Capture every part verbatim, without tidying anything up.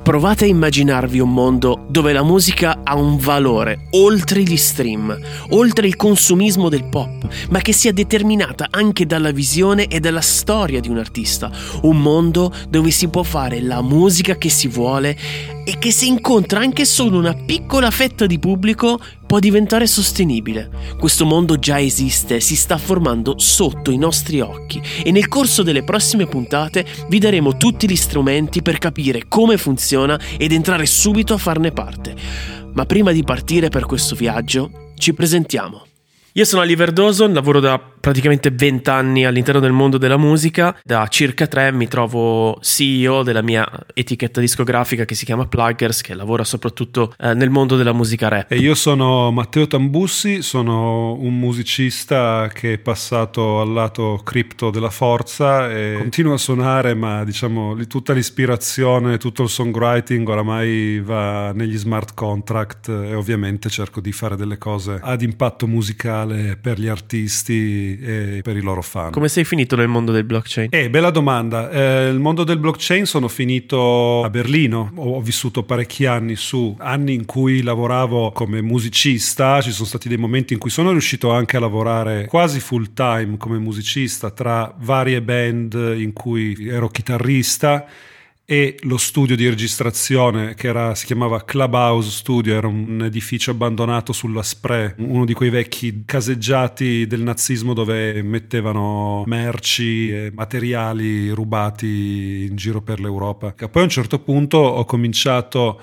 Provate a immaginarvi un mondo dove la musica ha un valore oltre gli stream, oltre il consumismo del pop, ma che sia determinata anche dalla visione e dalla storia di un artista. Un mondo dove si può fare la musica che si vuole e che, se incontra anche solo una piccola fetta di pubblico, può diventare sostenibile. Questo mondo già esiste, si sta formando sotto i nostri occhi e nel corso delle prossime puntate vi daremo tutti gli strumenti per capire come funziona ed entrare subito a farne parte. Ma prima di partire per questo viaggio, ci presentiamo. Io sono Oliver Dawson, lavoro da praticamente venti anni all'interno del mondo della musica. Da circa tre mi trovo C E O della mia etichetta discografica che si chiama Pluggers, che lavora soprattutto eh, nel mondo della musica rap. E io sono Matteo Tambussi, sono un musicista che è passato al lato cripto della forza e continuo a suonare, ma diciamo tutta l'ispirazione, tutto il songwriting oramai va negli smart contract e ovviamente cerco di fare delle cose ad impatto musicale per gli artisti e per i loro fan. Come sei finito nel mondo del blockchain? Eh, bella domanda. Eh, il mondo del blockchain sono finito a Berlino. Ho, ho vissuto parecchi anni su, anni in cui lavoravo come musicista. Ci sono stati dei momenti in cui sono riuscito anche a lavorare quasi full time come musicista tra varie band in cui ero chitarrista, e lo studio di registrazione che era, si chiamava Clubhouse Studio, era un edificio abbandonato sulla Spree, uno di quei vecchi caseggiati del nazismo dove mettevano merci e materiali rubati in giro per l'Europa. E poi a un certo punto ho cominciato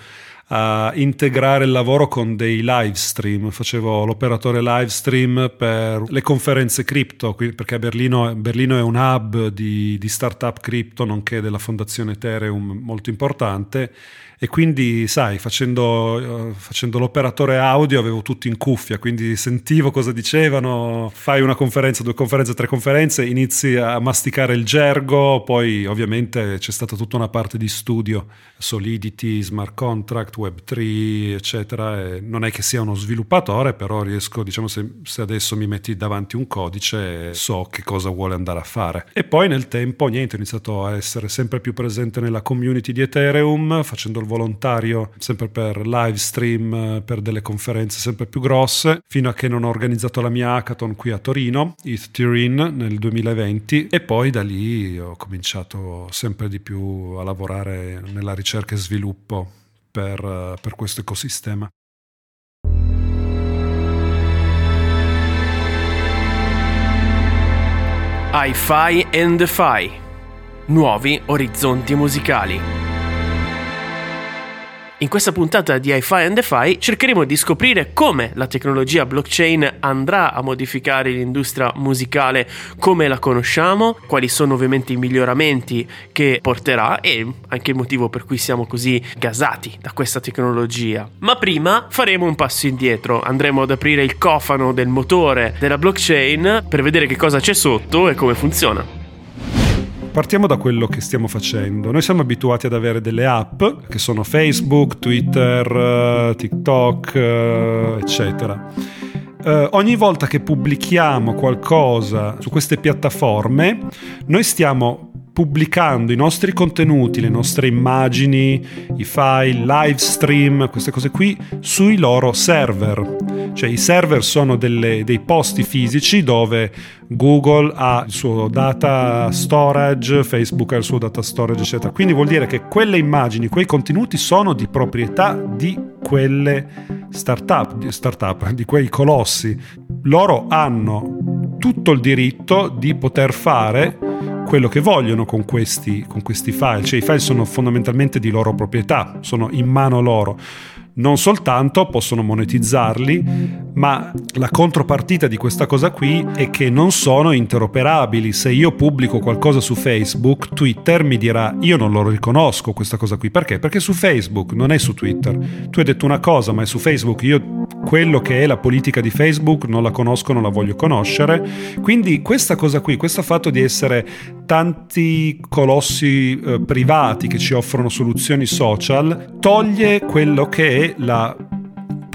a integrare il lavoro con dei live stream. Facevo l'operatore live stream per le conferenze cripto, perché a Berlino, Berlino è un hub di, di startup cripto, nonché della fondazione Ethereum molto importante. E quindi, sai, facendo, facendo l'operatore audio avevo tutto in cuffia, quindi sentivo cosa dicevano. Fai una conferenza, due conferenze, tre conferenze, inizi a masticare il gergo, poi ovviamente c'è stata tutta una parte di studio, Solidity, smart contract, web tre, eccetera. E non è che sia uno sviluppatore, però riesco, diciamo, se, se adesso mi metti davanti un codice, so che cosa vuole andare a fare. E poi nel tempo, niente, ho iniziato a essere sempre più presente nella community di Ethereum, facendo il volontario sempre per live stream, per delle conferenze sempre più grosse, fino a che non ho organizzato la mia hackathon qui a Torino, ETH Turin, nel duemilaventi, e poi da lì ho cominciato sempre di più a lavorare nella ricerca e sviluppo per, per questo ecosistema. Hi-Fi and DeFi. Nuovi orizzonti musicali. In questa puntata di Hi-Fi and DeFi cercheremo di scoprire come la tecnologia blockchain andrà a modificare l'industria musicale come la conosciamo, quali sono ovviamente i miglioramenti che porterà e anche il motivo per cui siamo così gasati da questa tecnologia. Ma prima faremo un passo indietro, andremo ad aprire il cofano del motore della blockchain per vedere che cosa c'è sotto e come funziona. Partiamo da quello che stiamo facendo. Noi siamo abituati ad avere delle app che sono Facebook, Twitter, TikTok, eccetera. Uh, ogni volta che pubblichiamo qualcosa su queste piattaforme, noi stiamo pubblicando i nostri contenuti, le nostre immagini, i file, live stream, queste cose qui, sui loro server. Cioè i server sono delle, dei posti fisici dove Google ha il suo data storage, Facebook ha il suo data storage, eccetera. Quindi vuol dire che quelle immagini, quei contenuti sono di proprietà di quelle startup, di, startup, di quei colossi. Loro hanno tutto il diritto di poter fare quello che vogliono con questi, con questi file. Cioè i file sono fondamentalmente di loro proprietà, sono in mano loro. Non soltanto possono monetizzarli, ma la contropartita di questa cosa qui è che non sono interoperabili. Se io pubblico qualcosa su Facebook, Twitter mi dirà io non lo riconosco questa cosa qui. Perché? Perché su Facebook, non è su Twitter. Tu hai detto una cosa, ma è su Facebook. Io quello che è la politica di Facebook non la conosco, non la voglio conoscere. Quindi questa cosa qui, questo fatto di essere tanti colossi eh, privati che ci offrono soluzioni social, toglie quello che è la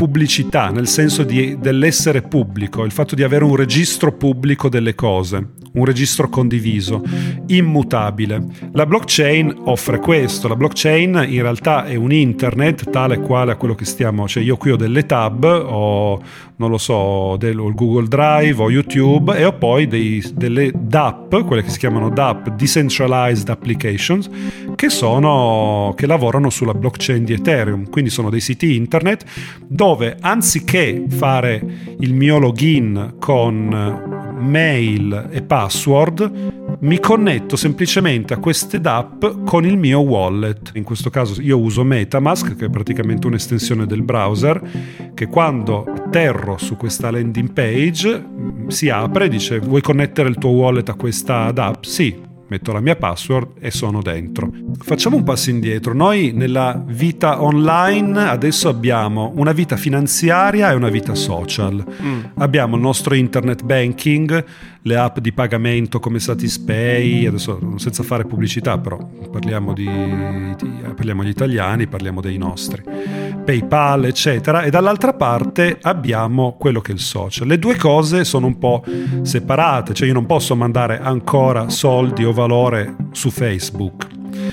pubblicità, nel senso di, dell'essere pubblico, il fatto di avere un registro pubblico delle cose. un registro condiviso, immutabile. La blockchain offre questo. La blockchain in realtà è un internet tale quale a quello che stiamo, cioè io qui ho delle tab, ho non lo so, del, ho il Google Drive, ho YouTube e ho poi dei, delle D A P, quelle che si chiamano D A P, Decentralized Applications, che sono che lavorano sulla blockchain di Ethereum. Quindi sono dei siti internet dove anziché fare il mio login con mail e password, mi connetto semplicemente a queste D A P con il mio wallet. In questo caso io uso MetaMask, che è praticamente un'estensione del browser, che quando atterro su questa landing page si apre e dice: vuoi connettere il tuo wallet a questa D A P? Sì. Metto la mia password e sono dentro. Facciamo un passo indietro. Noi nella vita online adesso abbiamo una vita finanziaria e una vita social. Mm. Abbiamo il nostro internet banking, le app di pagamento come Satispay, adesso senza fare pubblicità, però parliamo di, di parliamo agli italiani, parliamo dei nostri, PayPal, eccetera, e dall'altra parte abbiamo quello che è il social. Le due cose sono un po' separate, cioè io non posso mandare ancora soldi o valore su Facebook,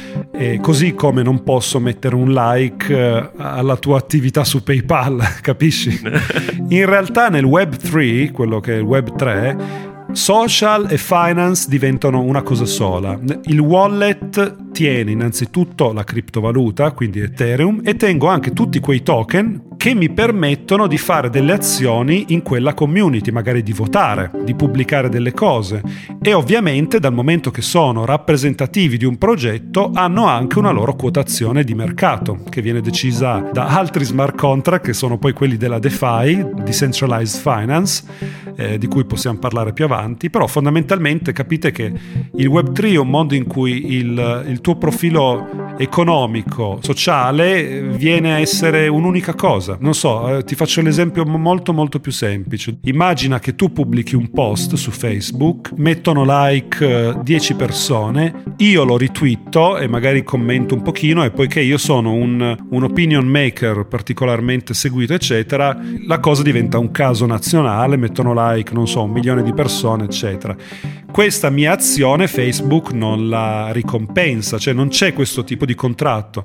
e così come non posso mettere un like alla tua attività su PayPal, capisci? In realtà nel web tre, quello che è il web tre, social e finance diventano una cosa sola. Il wallet tiene innanzitutto la criptovaluta, quindi Ethereum, e tengo anche tutti quei token che mi permettono di fare delle azioni in quella community, magari di votare, di pubblicare delle cose, e ovviamente dal momento che sono rappresentativi di un progetto hanno anche una loro quotazione di mercato che viene decisa da altri smart contract, che sono poi quelli della DeFi, Decentralized Finance, eh, di cui possiamo parlare più avanti. Però fondamentalmente capite che il web tre è un mondo in cui il, il tuo profilo economico, sociale viene a essere un'unica cosa. Non so, eh, ti faccio l'esempio molto molto più semplice. Immagina che tu pubblichi un post su Facebook, mettono like eh, dieci persone, io lo ritwitto e magari commento un pochino, e poiché io sono un, un opinion maker particolarmente seguito eccetera, la cosa diventa un caso nazionale, mettono like, non so, un milione di persone eccetera. Questa mia azione Facebook non la ricompensa, cioè non c'è questo tipo di contratto.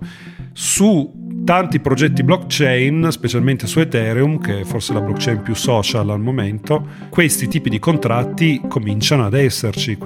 Su tanti progetti blockchain, specialmente su Ethereum, che è forse la blockchain più social al momento, questi tipi di contratti cominciano ad esserci,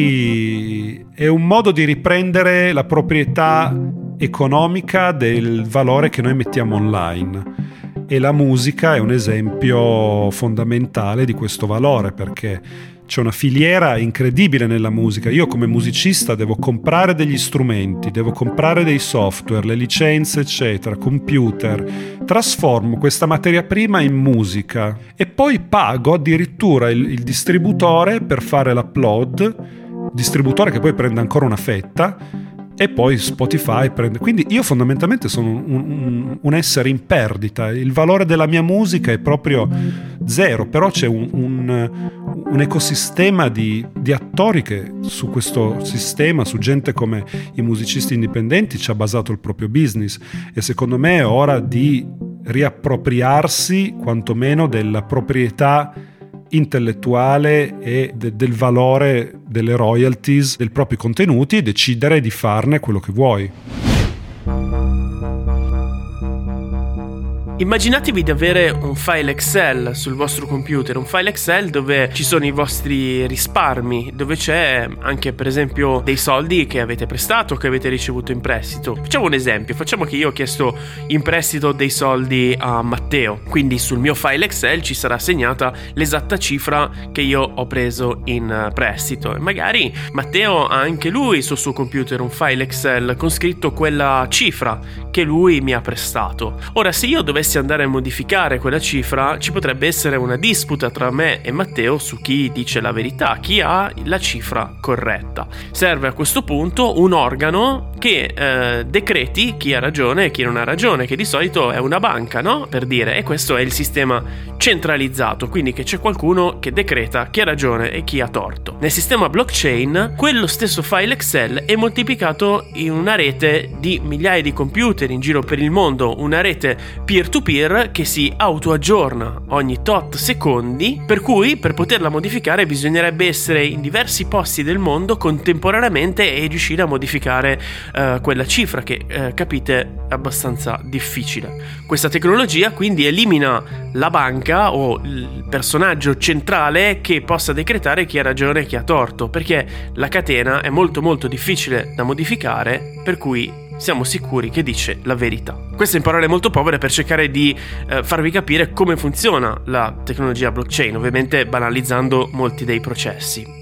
quindi è un modo di riprendere la proprietà economica del valore che noi mettiamo online. E la musica è un esempio fondamentale di questo valore, perché c'è una filiera incredibile nella musica. Io come musicista devo comprare degli strumenti, devo comprare dei software, le licenze eccetera, computer, trasformo questa materia prima in musica e poi pago addirittura il, il distributore per fare l'upload, distributore che poi prende ancora una fetta, e poi Spotify prende. Quindi io fondamentalmente sono un, un, un essere in perdita. Il valore della mia musica è proprio zero, però c'è un, un, un ecosistema di, di attori che su questo sistema, su gente come i musicisti indipendenti, ci ha basato il proprio business, e secondo me è ora di riappropriarsi quantomeno della proprietà intellettuale e de- del valore delle royalties dei propri contenuti e decidere di farne quello che vuoi. Immaginatevi di avere un file Excel sul vostro computer, un file Excel dove ci sono i vostri risparmi, dove c'è anche per esempio dei soldi che avete prestato, che avete ricevuto in prestito. Facciamo un esempio, facciamo che io ho chiesto in prestito dei soldi a Matteo, quindi sul mio file Excel ci sarà segnata l'esatta cifra che io ho preso in prestito, e magari Matteo ha anche lui sul suo computer un file Excel con scritto quella cifra che lui mi ha prestato. Ora, se io dovessi andare a modificare quella cifra, ci potrebbe essere una disputa tra me e Matteo su chi dice la verità, chi ha la cifra corretta. Serve a questo punto un organo che eh, decreti chi ha ragione e chi non ha ragione, che di solito è una banca, no? Per dire, e questo è il sistema centralizzato, quindi che c'è qualcuno che decreta chi ha ragione e chi ha torto. Nel sistema blockchain, quello stesso file Excel è moltiplicato in una rete di migliaia di computer in giro per il mondo, una rete peer peer-to-peer che si autoaggiorna ogni tot secondi, per cui per poterla modificare bisognerebbe essere in diversi posti del mondo contemporaneamente e riuscire a modificare uh, quella cifra che uh, capite è abbastanza difficile. Questa tecnologia quindi elimina la banca o il personaggio centrale che possa decretare chi ha ragione e chi ha torto, perché la catena è molto molto difficile da modificare, per cui siamo sicuri che dice la verità. Questo in parole molto povere per cercare di eh, farvi capire come funziona la tecnologia blockchain, ovviamente banalizzando molti dei processi.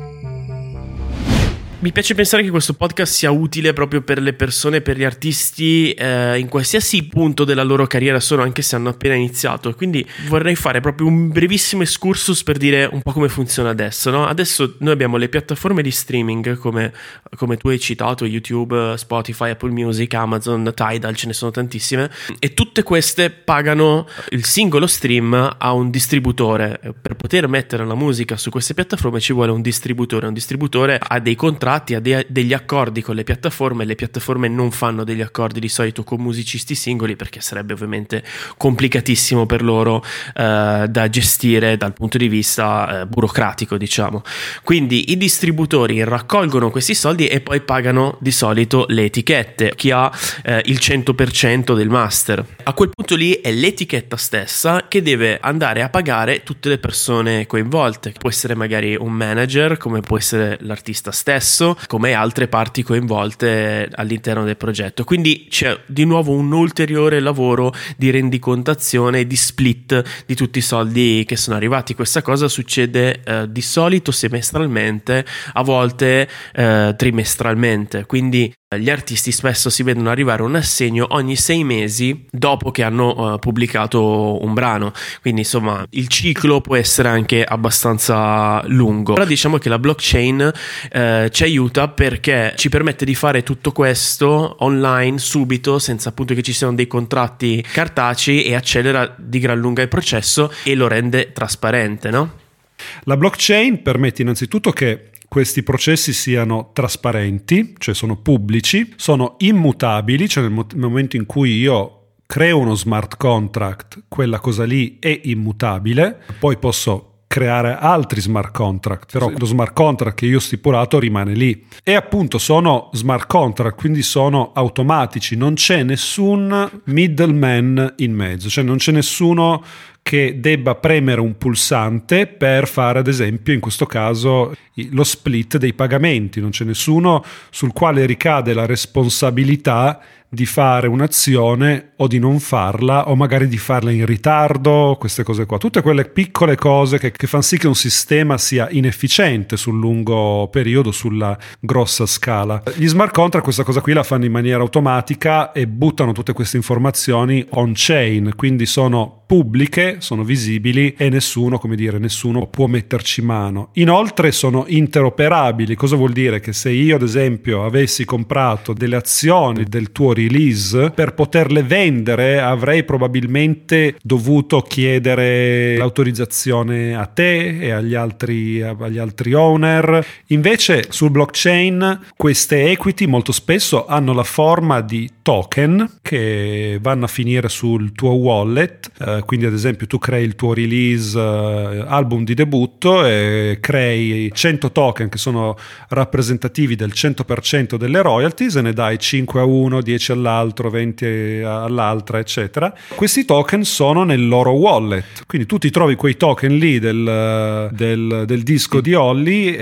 Mi piace pensare che questo podcast sia utile proprio per le persone, per gli artisti eh, in qualsiasi punto della loro carriera sono, anche se hanno appena iniziato. Quindi vorrei fare proprio un brevissimo excursus per dire un po' come funziona adesso, no? Adesso noi abbiamo le piattaforme di streaming come, come tu hai citato, YouTube, Spotify, Apple Music, Amazon, Tidal, ce ne sono tantissime, e tutte queste pagano il singolo stream a un distributore. Per poter mettere la musica su queste piattaforme ci vuole un distributore. Un distributore ha dei contratti, ha de- degli accordi con le piattaforme. Le piattaforme non fanno degli accordi di solito con musicisti singoli, perché sarebbe ovviamente complicatissimo per loro eh, da gestire dal punto di vista eh, burocratico, diciamo. Quindi i distributori raccolgono questi soldi e poi pagano di solito le etichette, chi ha eh, il cento per cento del master. A quel punto lì è l'etichetta stessa che deve andare a pagare tutte le persone coinvolte. Può essere magari un manager, come può essere l'artista stesso, come altre parti coinvolte all'interno del progetto. Quindi c'è di nuovo un ulteriore lavoro di rendicontazione e di split di tutti i soldi che sono arrivati. Questa cosa succede eh, di solito semestralmente, a volte eh, trimestralmente, quindi gli artisti spesso si vedono arrivare un assegno ogni sei mesi dopo che hanno uh, pubblicato un brano, quindi insomma il ciclo può essere anche abbastanza lungo. Ora diciamo che la blockchain uh, ci aiuta perché ci permette di fare tutto questo online subito, senza appunto che ci siano dei contratti cartacei, e accelera di gran lunga il processo e lo rende trasparente, no? La blockchain permette innanzitutto che questi processi siano trasparenti, cioè sono pubblici, sono immutabili, cioè nel, mo- nel momento in cui io creo uno smart contract, quella cosa lì è immutabile, poi posso creare altri smart contract, però lo smart contract che io ho stipulato rimane lì. E appunto sono smart contract, quindi sono automatici, non c'è nessun middleman in mezzo, cioè non c'è nessuno che debba premere un pulsante per fare, ad esempio, in questo caso lo split dei pagamenti. Non c'è nessuno sul quale ricade la responsabilità di fare un'azione o di non farla, o magari di farla in ritardo, queste cose qua. Tutte quelle piccole cose che, che fanno sì che un sistema sia inefficiente sul lungo periodo, sulla grossa scala. Gli smart contract questa cosa qui la fanno in maniera automatica e buttano tutte queste informazioni on-chain, quindi sono pubbliche, sono visibili e nessuno, come dire, nessuno può metterci mano. Inoltre sono interoperabili. Cosa vuol dire? Che se io, ad esempio, avessi comprato delle azioni del tuo release, per poterle vendere avrei probabilmente dovuto chiedere l'autorizzazione a te e agli altri, agli altri owner. Invece sul blockchain queste equity molto spesso hanno la forma di token che vanno a finire sul tuo wallet. Eh, quindi ad esempio tu crei il tuo release eh, album di debutto e crei cento token che sono rappresentativi del cento per cento delle royalties e ne dai cinque a uno, dieci all'altro, venti all'altra, eccetera. Questi token sono nel loro wallet, quindi tu ti trovi quei token lì del, del, del disco di Olly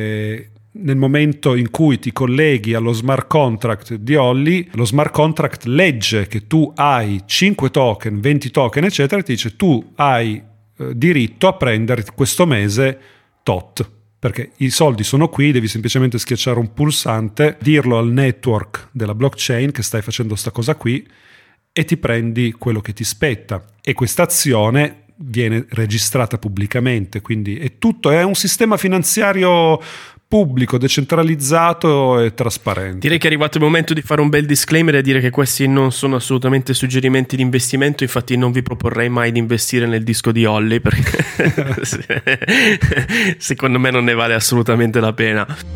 e nel momento in cui ti colleghi allo smart contract di Olly, lo smart contract legge che tu hai cinque token, venti token, eccetera, e ti dice tu hai eh, diritto a prendere questo mese tot, perché i soldi sono qui, devi semplicemente schiacciare un pulsante, dirlo al network della blockchain che stai facendo sta cosa qui e ti prendi quello che ti spetta. E questa azione viene registrata pubblicamente, quindi è tutto, è un sistema finanziario pubblico, decentralizzato e trasparente. Direi che è arrivato il momento di fare un bel disclaimer e dire che questi non sono assolutamente suggerimenti di investimento, infatti non vi proporrei mai di investire nel disco di Olly perché secondo me non ne vale assolutamente la pena.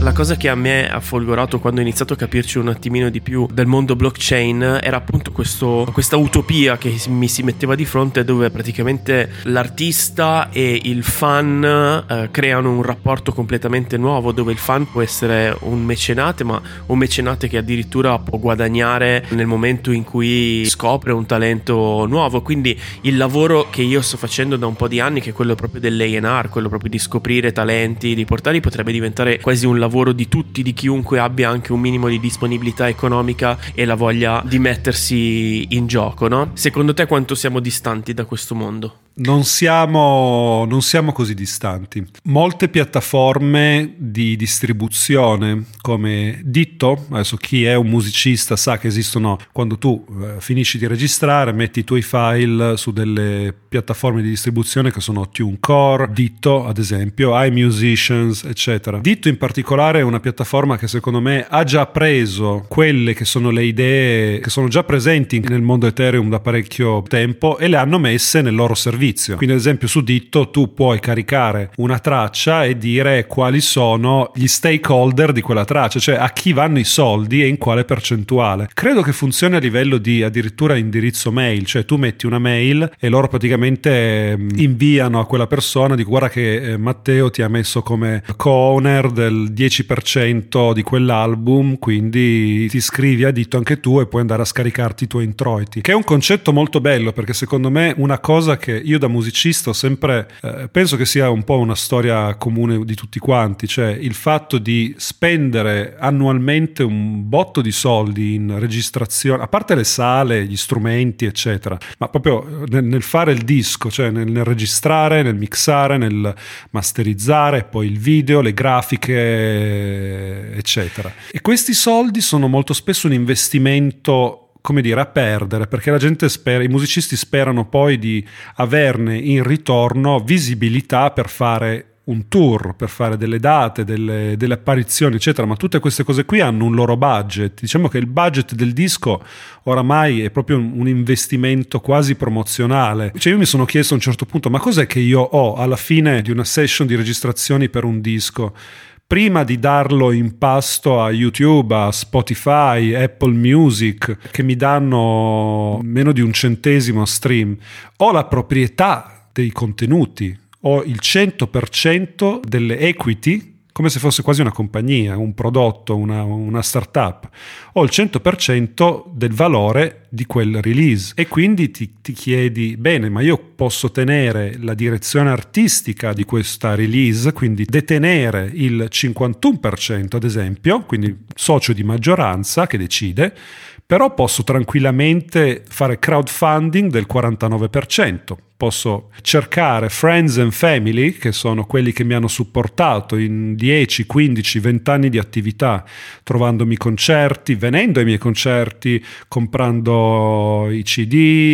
La cosa che a me ha folgorato quando ho iniziato a capirci un attimino di più del mondo blockchain era appunto questo, questa utopia che mi si metteva di fronte, dove praticamente l'artista e il fan eh, creano un rapporto completamente nuovo, dove il fan può essere un mecenate, ma un mecenate che addirittura può guadagnare nel momento in cui scopre un talento nuovo. Quindi il lavoro che io sto facendo da un po' di anni, che è quello proprio dell'A and R, quello proprio di scoprire talenti, di portarli, potrebbe diventare quasi un lavoro di tutti, di chiunque abbia anche un minimo di disponibilità economica e la voglia di mettersi in gioco, no? Secondo te quanto siamo distanti da questo mondo? Non siamo, non siamo così distanti. Molte piattaforme di distribuzione come Ditto, adesso chi è un musicista sa che esistono, quando tu eh, finisci di registrare metti i tuoi file su delle piattaforme di distribuzione che sono TuneCore, Ditto ad esempio, iMusicians eccetera. Ditto in particolare è una piattaforma che secondo me ha già preso quelle che sono le idee che sono già presenti nel mondo Ethereum da parecchio tempo e le hanno messe nel loro servizio. Quindi ad esempio su Ditto tu puoi caricare una traccia e dire quali sono gli stakeholder di quella traccia, cioè a chi vanno i soldi e in quale percentuale. Credo che funzioni a livello di addirittura indirizzo mail, cioè tu metti una mail e loro praticamente inviano a quella persona, dico guarda che Matteo ti ha messo come co-owner del dieci per cento di quell'album, quindi ti iscrivi a Ditto anche tu e puoi andare a scaricarti i tuoi introiti, che è un concetto molto bello, perché secondo me una cosa che io da musicista ho sempre eh, penso che sia un po' una storia comune di tutti quanti, cioè il fatto di spendere annualmente un botto di soldi in registrazione, a parte le sale, gli strumenti eccetera, ma proprio nel, nel fare il disco, cioè nel, nel registrare, nel mixare, nel masterizzare, poi il video, le grafiche eccetera. E questi soldi sono molto spesso un investimento, come dire, a perdere, perché la gente spera, i musicisti sperano poi di averne in ritorno visibilità per fare un tour, per fare delle date, delle, delle apparizioni eccetera, ma tutte queste cose qui hanno un loro budget. Diciamo che il budget del disco oramai è proprio un, un investimento quasi promozionale. Cioè io mi sono chiesto a un certo punto, ma cos'è che io ho alla fine di una session di registrazioni per un disco? Prima di darlo in pasto a YouTube, a Spotify, Apple Music, che mi danno meno di un centesimo a stream, ho la proprietà dei contenuti, ho il cento per cento delle equity, come se fosse quasi una compagnia, un prodotto, una, una startup. Ho il cento per cento del valore di quel release e quindi ti, ti chiedi, bene, ma io posso tenere la direzione artistica di questa release, quindi detenere il cinquantuno per cento ad esempio, quindi socio di maggioranza che decide, però posso tranquillamente fare crowdfunding del quarantanove per cento. Posso cercare friends and family, che sono quelli che mi hanno supportato in dieci, quindici, venti anni di attività, trovandomi concerti, venendo ai miei concerti, comprando i C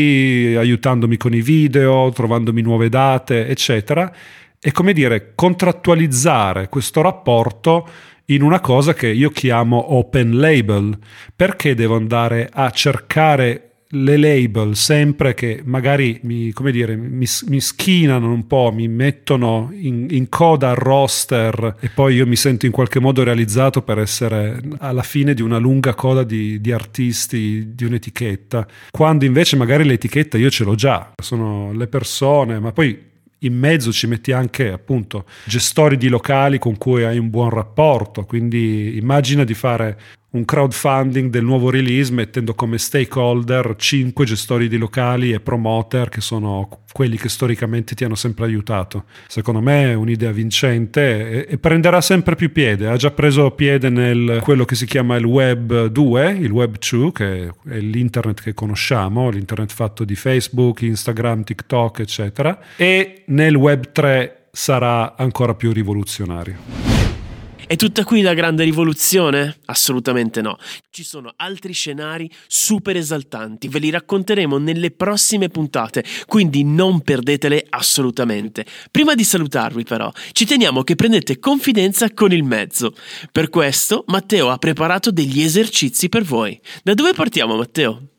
D, aiutandomi con i video, trovandomi nuove date, eccetera. E come dire, contrattualizzare questo rapporto in una cosa che io chiamo open label. Perché devo andare a cercare le label sempre che magari mi, come dire, mi, mi schinano un po', mi mettono in, in coda al roster e poi io mi sento in qualche modo realizzato per essere alla fine di una lunga coda di, di artisti di un'etichetta, quando invece magari l'etichetta io ce l'ho già, sono le persone, ma poi in mezzo ci metti anche appunto gestori di locali con cui hai un buon rapporto, quindi immagina di fare un crowdfunding del nuovo release mettendo come stakeholder cinque gestori di locali e promoter che sono quelli che storicamente ti hanno sempre aiutato. Secondo me è un'idea vincente e, e prenderà sempre più piede. Ha già preso piede nel quello che si chiama il web due, il web due, che è l'internet che conosciamo, l'internet fatto di Facebook, Instagram, TikTok eccetera, e nel web tre sarà ancora più rivoluzionario. È tutta qui la grande rivoluzione? Assolutamente no. Ci sono altri scenari super esaltanti, ve li racconteremo nelle prossime puntate, quindi non perdetele assolutamente. Prima di salutarvi però, ci teniamo che prendete confidenza con il mezzo. Per questo Matteo ha preparato degli esercizi per voi. Da dove partiamo, Matteo?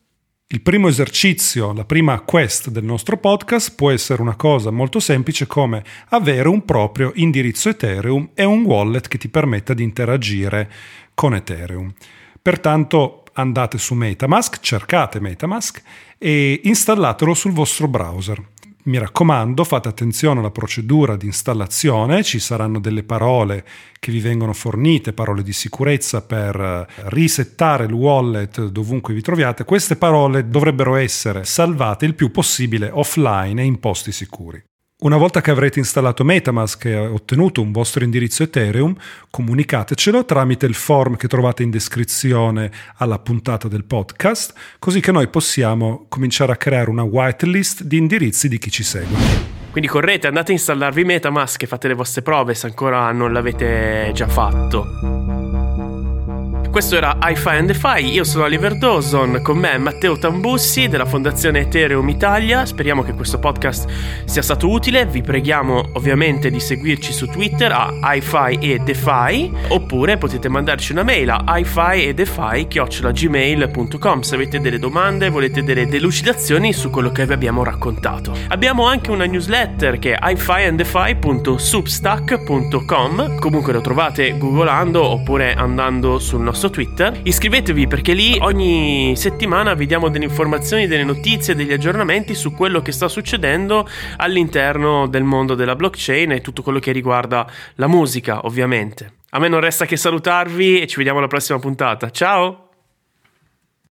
Il primo esercizio, la prima quest del nostro podcast può essere una cosa molto semplice come avere un proprio indirizzo Ethereum e un wallet che ti permetta di interagire con Ethereum. Pertanto andate su MetaMask, cercate MetaMask e installatelo sul vostro browser. Mi raccomando, fate attenzione alla procedura di installazione, ci saranno delle parole che vi vengono fornite, parole di sicurezza per risettare il wallet dovunque vi troviate. Queste parole dovrebbero essere salvate il più possibile offline e in posti sicuri. Una volta che avrete installato MetaMask e ottenuto un vostro indirizzo Ethereum, comunicatecelo tramite il form che trovate in descrizione alla puntata del podcast, così che noi possiamo cominciare a creare una whitelist di indirizzi di chi ci segue. Quindi correte, andate a installarvi MetaMask e fate le vostre prove se ancora non l'avete già fatto. Questo era Hi-Fi and DeFi, io sono Oliver Dawson, con me Matteo Tambussi della Fondazione Ethereum Italia. Speriamo che questo podcast sia stato utile, vi preghiamo ovviamente di seguirci su Twitter a Hi-Fi e DeFi, oppure potete mandarci una mail a hi-fi e defi chiocciola gmail punto com se avete delle domande, volete delle delucidazioni su quello che vi abbiamo raccontato. Abbiamo anche una newsletter che è hi fi and defi punto substack punto com, comunque lo trovate googolando oppure andando sul nostro Twitter. Iscrivetevi perché lì ogni settimana vi diamo delle informazioni, delle notizie, degli aggiornamenti su quello che sta succedendo all'interno del mondo della blockchain e tutto quello che riguarda la musica, ovviamente. A me non resta che salutarvi e ci vediamo alla prossima puntata. Ciao!